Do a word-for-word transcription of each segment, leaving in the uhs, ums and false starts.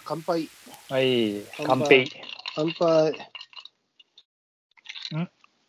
乾杯。 はい、乾杯。 乾杯。 ん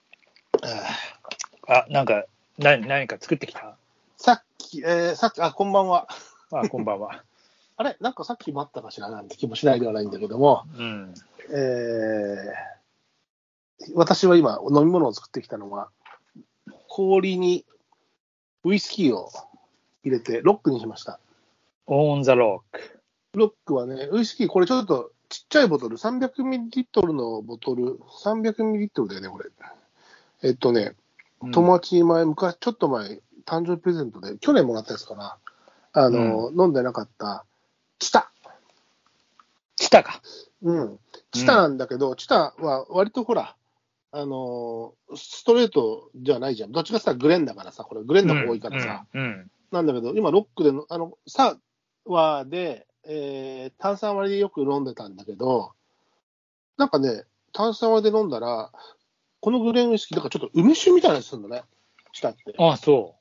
あ、なんか、な、何か作ってきた？ さっき、えー、さっき、あ、こんばんは。 あ、こんばんは。 あれなんかさっきもあったかしらなんて気もしないではないんだけども、 うん。 えー、私は今、飲み物を作ってきたのは、氷にウイスキーを入れて、ロックにしました。 オンザロック。 ロックはね、ウイスキー、これちょっとちっちゃいボトル、さんびゃくミリリットルのボトル、さんびゃくミリリットルだよね、これ。えっとね、友達に前、昔、ちょっと前、誕生日プレゼントで、去年もらったやつかな。あの、うん、飲んでなかった、チタ。 チタか。 うん。チタなんだけど、うん、チタは割とほら、あの、ストレートじゃないじゃん。どっちかって言ったらグレンだからさ、これグレンの方多いからさ。 うんうんうん、 なんだけど、今ロックでの、あの、サワーで、えー、炭酸割りでよく飲んでたんだけど、なんかね、炭酸割りで飲んだら、このグレンウイスキー、だからちょっと梅酒みたいなやつするのね、チタって。 ああ、そう。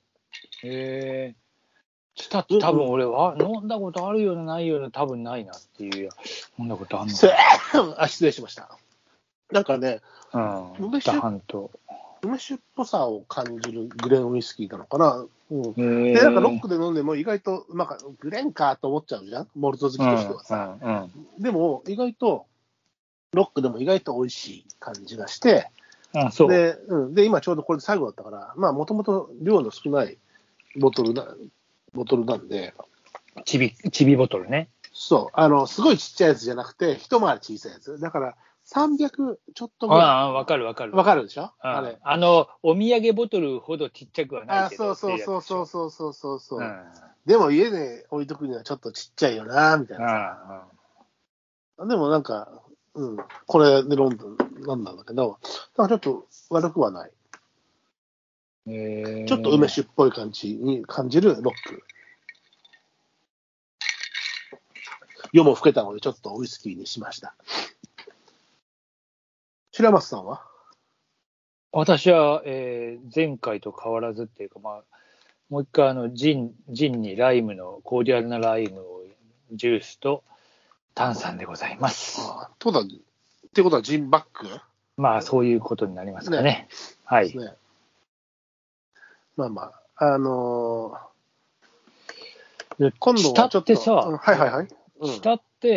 へえ。チタって多分俺は、うんうん、飲んだことあるようなないような多分ないなっていう。飲んだことあるのかなあ、失礼しました。なんかね、 うん、梅酒梅酒っぽさを感じるグレンウイスキーなのかな。うん、で、なんかロックで飲んでも意外と、なんかグレンかと思っちゃうじゃん、モルト好きとしてはさ。うんうんうん、でも、意外と、ロックでも意外と美味しい感じがして、 あそうで、うん、で、今ちょうどこれで最後だったから、まあ、もともと量の少ないボトルな、ボトルなんで。 ちび、ちびボトルね。 そう。あの、すごいちっちゃいやつじゃなくて、一回り小さいやつ。だから、さんびゃくちょっとぐらい。 ああ、わかるわかる。 わかるでしょ、 あれ。あの、お土産ボトルほどちっちゃくはないけど。 あそうそうそうそうそうそうそう、うん。でも家で置いとくにはちょっとちっちゃいよな、みたいなさ。ああでもなんか、うん、これでロンドンなんだけど、だからちょっと悪くはない。 えー、 ちょっと梅酒っぽい感じに感じるロック。夜も更けたので、ちょっとウイスキーにしました。白松さんは？ 私は、えー、前回と変わらずっていうか、まあ、もう一回あのジン、ジンにライムの、コーディアルなライムを、ジュースと炭酸でございます。 ああ、とだ、ってことはジンバック？ まあ、そういうことになりますかね。ねはい、ね。 まあまあ、あのー、今度はちょっと。下ってさ、うん、 はいはいはい。 うん、下って、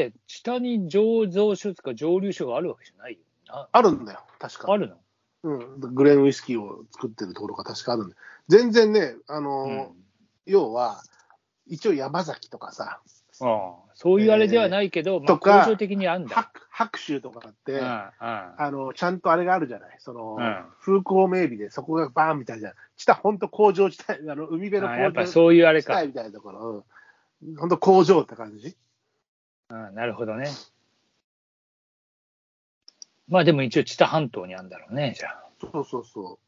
下に醸造所とか蒸留所があるわけじゃないよな。 あるんだよ、確か。 あるの？ うん、グレンウイスキーを作ってるところが確かあるんで、全然ね、あのーうん、要は、一応山崎とかさ、 ああそういうあれではないけど、えー、まあ、工場的にあるんだ。 白州とかって、うんうん、 あの、ちゃんとあれがあるじゃない、その、うん、風光明媚でそこがバーンみたいじゃん。下、ほんと工場地帯、あの海辺の工場地帯みたいなところ、うん、ほんと工場って感じ。 ああなるほどね。まあでも一応知多半島にあるんだろうね、じゃあ。 そうそうそう。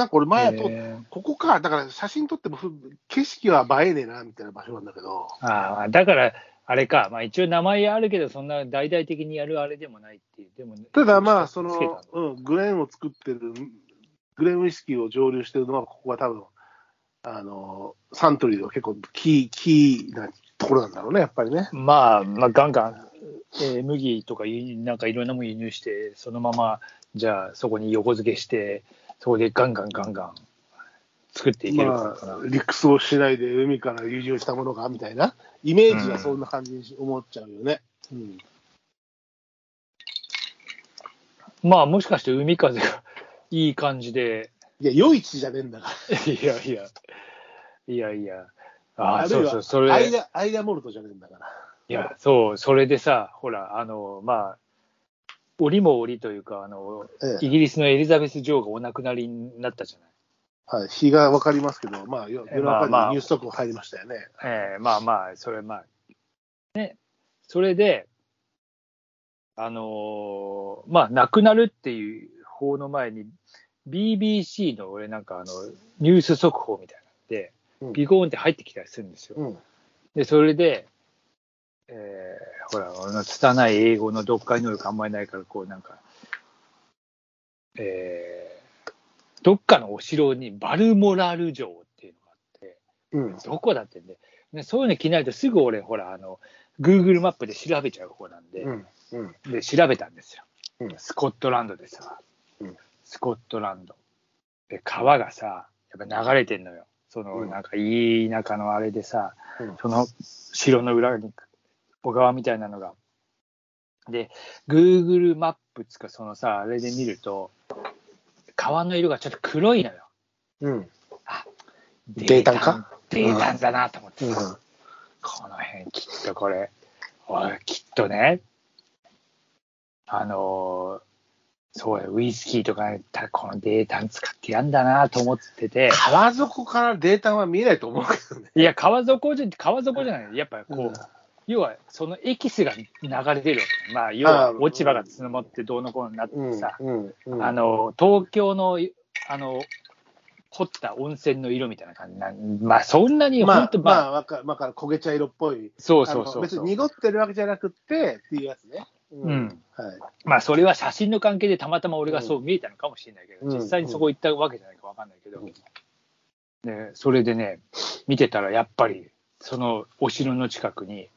なんか俺前と、ここか、だから写真撮っても景色は映えねえなみたいな場所なんだけど。 ああ、だからあれか、まあ一応名前あるけど、そんな大々的にやるあれでもないっていう。でもただまあ、その、うん、グレンを作ってる、グレンウイスキーを蒸留してるのは、ここは多分、あの、サントリーの結構キー、キーなところなんだろうね、やっぱりね。 まあ、まあ、ガンガン、えー、麦とかなんかいろんなもの輸入して、そのまま、じゃあそこに横付けして、そこでガンガンガンガン作っていけるかな。 まあ、陸送しないで海から輸入したものがみたいな、イメージはそんな感じに思っちゃうよね。うんうん、 まあ、もしかして海風がいい感じで。 いや、余市じゃねえんだから。 いやいや、いやいや。 ああ、そうそう、それ。アイダ、アイダモルトじゃねえんだから。 いや、そう、それでさ、ほら、あの、まあ、折も折というか、あの、ええ、イギリスのエリザベス女王がお亡くなりになったじゃない。 はい、日が分かりますけど、まあ、夜中にニュース速報入りましたよね。 まあまあ、ええ、まあまあ、それまあ、ね、それで、あのー、まあ、亡くなるっていう方の前に、ビービーシー の俺なんかあの、ニュース速報みたいなので、うん、ビゴーンって入ってきたりするんですよ。うん、で、それで、えー、ほら、俺の拙い英語の読解能力あんまりないから、こうなんか、えー、どっかのお城にバルモラル城っていうのがあって、 うん、 どこだってんで、ね、そういうの気になるとすぐ俺、ほら、あの、Google マップで調べちゃう方なんで、 うんうん、 で、調べたんですよ。 うん、 スコットランドでさ、 うん、 スコットランド。で、川がさ、やっぱ流れてんのよ。その、 うん、 なんかいい田舎のあれでさ、 うん、 その城の裏に小川みたいなのが。で、Google マップつか、そのさ、あれで見ると、川の色がちょっと黒いのよ。 うん。 あ、 泥炭か泥炭だなと思って、 うん、 この辺きっとこれ、おいきっとね、あのー、そうよ、ウイスキーとか、ね、この泥炭使ってやんだなと思ってて。 川底から泥炭は見えないと思うけどね。 いや、川底じゃ、川底じゃない。やっぱこう、うん、要はそのエキスが流れてるわけ。まあ、要は落ち葉が積もってどうのこうのになってさ、うんうん、あの、東京の、あの、掘った温泉の色みたいな感じな。まあ、そんなに本当、 まあ、まあ、わか、わかる、焦げ茶色っぽい。 そうそうそうそう。 別に濁ってるわけじゃなくてっていうやつね。 うん。うん、はい。まあ、それは写真の関係でたまたま俺がそう見えたのかもしれないけど、うん、実際にそこ行ったわけじゃないかわかんないけど、うん、で、それでね、見てたらやっぱり、そのお城の近くに、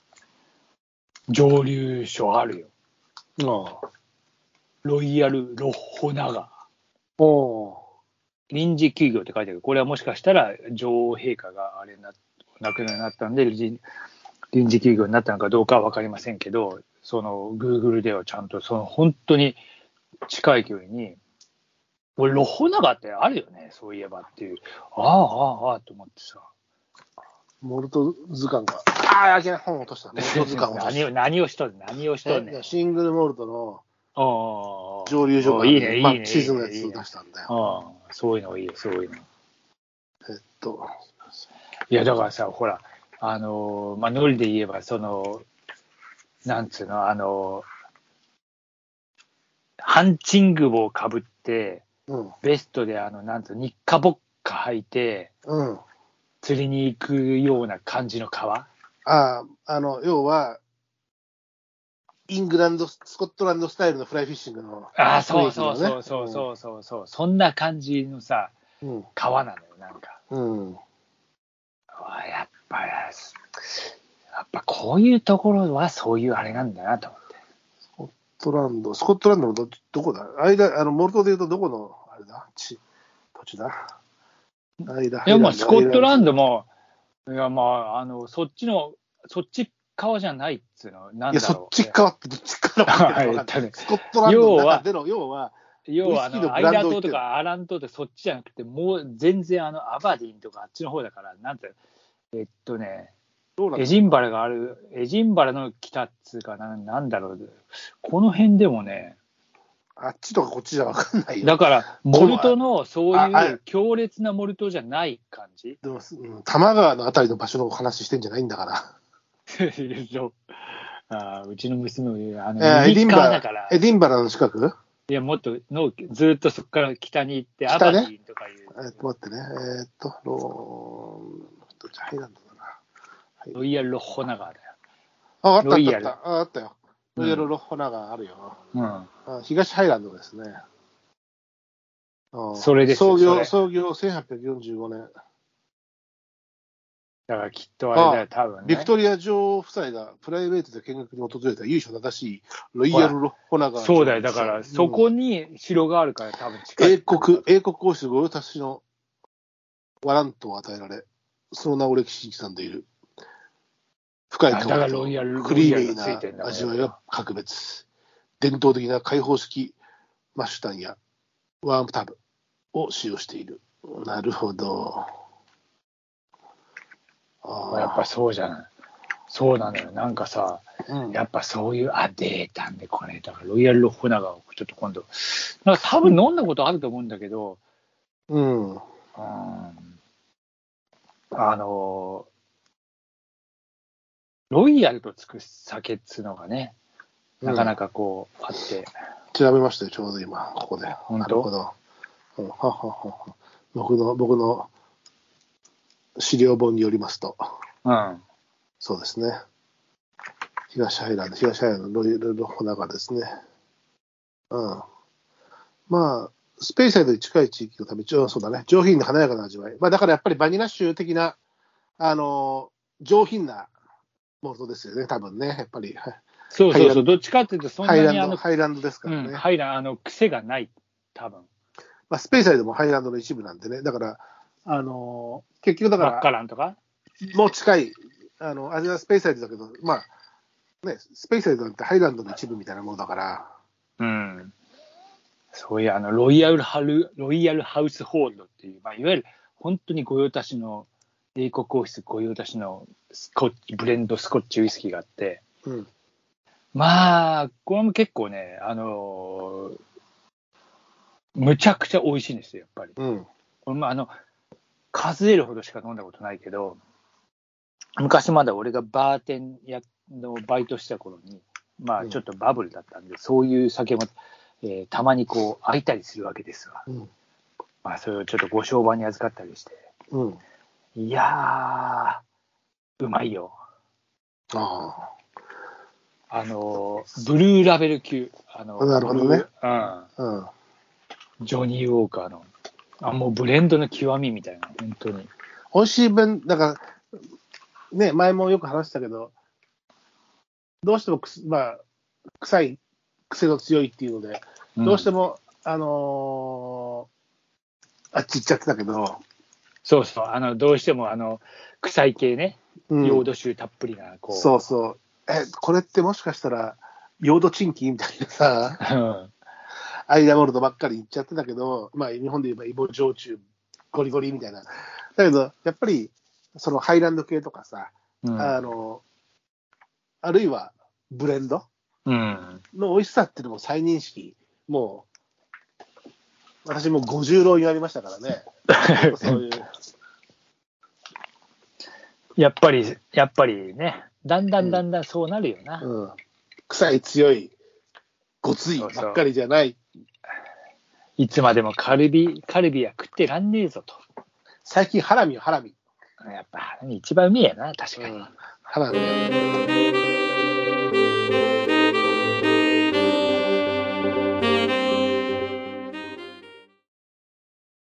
蒸留所あるよ。ああ、ロイヤルロッホナガ。お臨時休業って書いてある。これはもしかしたら女王陛下があれな亡くなりになったんで臨時休業になったのかどうかは分かりませんけど、その Google ではちゃんとその本当に近い距離に、これロッホナガってあるよね、そういえばっていう。ああ、ああ、ああと思ってさ。 モルト図鑑が。ああ、いけない、本落とした。モルト図鑑を何を、何をしとる、何をしとるね。 シングルモルトの蒸留所がいいね、いいね。 地図のやつを出したんだよ。 ああ、そういうのいいよ、そういうの。 えっと。 いや、だからさ、ほら、あの、まあ、ノリで言えば、その、なんつうの、あの、ハンチング帽をかぶって、うん、ベストで、あの、なんつうの、日課ボッカ履いて、うん、釣りに行くような感じの川。 ああ、あの、要は、イングランド、スコットランドスタイルのフライフィッシングの、ね。 ああ、そうそうそうそうそうそうそう、うん、そんな感じのさ、うん、川なのよ、なんか。うん。やっぱり、やっぱこういうところはそういうあれなんだなと思って。 スコットランド、スコットランドの ど, どこだ間、あの、モルトで言うとどこの、あれだ地、土地だ間。 いや、まあ、スコットランドも、いや、まあ、あの、そっちの、そっち側じゃないっつうの。なんだろう。いや、 そっち側ってどっちからか分かんない。スコットランドの中での、要は、 要は、あの、アイラ島とかアラン島ってそっちじゃなくて、もう全然あの、アバディンとかあっちの方だから、なんて、えっとね、エジンバラがある、エジンバラの北っつうかな、なんだろう、この辺でもね、 あっちとかこっちじゃ分かんないよ。 だから、モルトのそういう強烈なモルトじゃない感じ。 でも、うん、多摩川のあたりの場所の話してんじゃないんだから。 あうちの娘は、あの、 エディンバラ、エディンバラの近く？ いや、もっとの、ずっとそこから北に行って、アバディンとかいう。 えっと、待ってね。えー、っと、ロー、どっちハイランドだな。 ロイヤルロッホナガーだよ。 あ、あったあったあった。あ、あったよ。ロイヤルロッホナガーあるよ。うん。あ、東ハイランドですね。 それですよ。 創業、創業せんはっぴゃくよんじゅうごねん。 だからきっとあれだよ、多分ね。 ビクトリア女王夫妻がプライベートで見学に訪れた由緒正しいロイヤルロッホナガー。 そうだよ、だからそこに城があるから多分近い。英国、英国王室御用達のワラントを与えられ、その名を歴史に刻んでいる。深い香りとクリーミーな味わいは格別。伝統的な開放式マッシュタンやワームタブを使用している。なるほど。 あやっぱそうじゃない。そうなのよ。なんかさ、うん、やっぱそういう、あ、データんで、これ、だからロイヤルロッホナガーをちょっと今度、なんか多分飲んだことあると思うんだけど、うん。うん、あの、ロイヤルとつく酒っつうのがね、なかなかこう、あって。 調べましたよ、ちょうど今、ここで。 本当？ なるほど。うん、ははは僕の、僕の資料本によりますと。うん。そうですね。東ハイランド、東ハイランド、ロイヤルロッホナガーですね。うん。まあ、スペイサイドに近い地域のため、そうだね、上品で華やかな味わい。まあ、だからやっぱりバニラ臭的なあの、上品なモルトですよね、多分ね、やっぱり。 そうそうそう、どっちかっていうと、そんなにあの、 ハイランドですからね。 うん、ハイランド、あの、癖がない、多分。 まあ、スペイサイドもハイランドの一部なんでね、だから、あの、結局だから、 マッカランとかもう近い、あの、味はスペイサイドだけど、まあ、ね、スペイサイドなんてハイランドの一部みたいなものだから。 うん。そういうあのロイヤルハル、ロイヤルハウスホールドっていう、まあ、いわゆる本当に御用達の、英国王室御用達のスコッチ、ブレンドスコッチウイスキーがあって、 うん、 まあ、これも結構ね、あのー、むちゃくちゃ美味しいんですよ、やっぱり。 うん、 これもあの、数えるほどしか飲んだことないけど、昔まだ俺がバーテンやのバイトした頃に、まあちょっとバブルだったんで、うん、そういう酒も、えー、たまにこう開いたりするわけですわ。うん、まあそれをちょっとご商売に預かったりして。うん、いやー、うまいよ。ああ。あの、ブルーラベル級。あのなるほどね。 うん。うん、ジョニー・ウォーカーの。あ、もうブレンドの極みみたいな、本当に。 美味しい分、だから、ね、前もよく話したけど、どうしてもくす、まあ、臭い、癖の強いっていうので、うん、どうしても、あのー、あっち行っちゃってたけど。 そうそう、あの、どうしても、あの、臭い系ね、用土臭たっぷりな、こう。 そうそう。え、これってもしかしたら、用土チンキみたいなさ、うん、アイダモルトばっかり言っちゃってたけど、まあ、日本で言えばイボ焼酎、ゴリゴリみたいな。だけど、やっぱり、そのハイランド系とかさ、うん、あの、あるいはブレンドの美味しさっていうのも再認識、もう、私もごじゅう浪になりましたからね。そういう。 やっぱり、やっぱりね、だんだんだんだんそうなるよな。 うんうん、臭い、強い、ごついばっかりじゃない。そうそう、 いつまでもカルビ、カルビは食ってらんねえぞと。 最近ハラミよ、ハラミ。 やっぱハラミ一番うめえやな、確かに。うん、 ハラミや。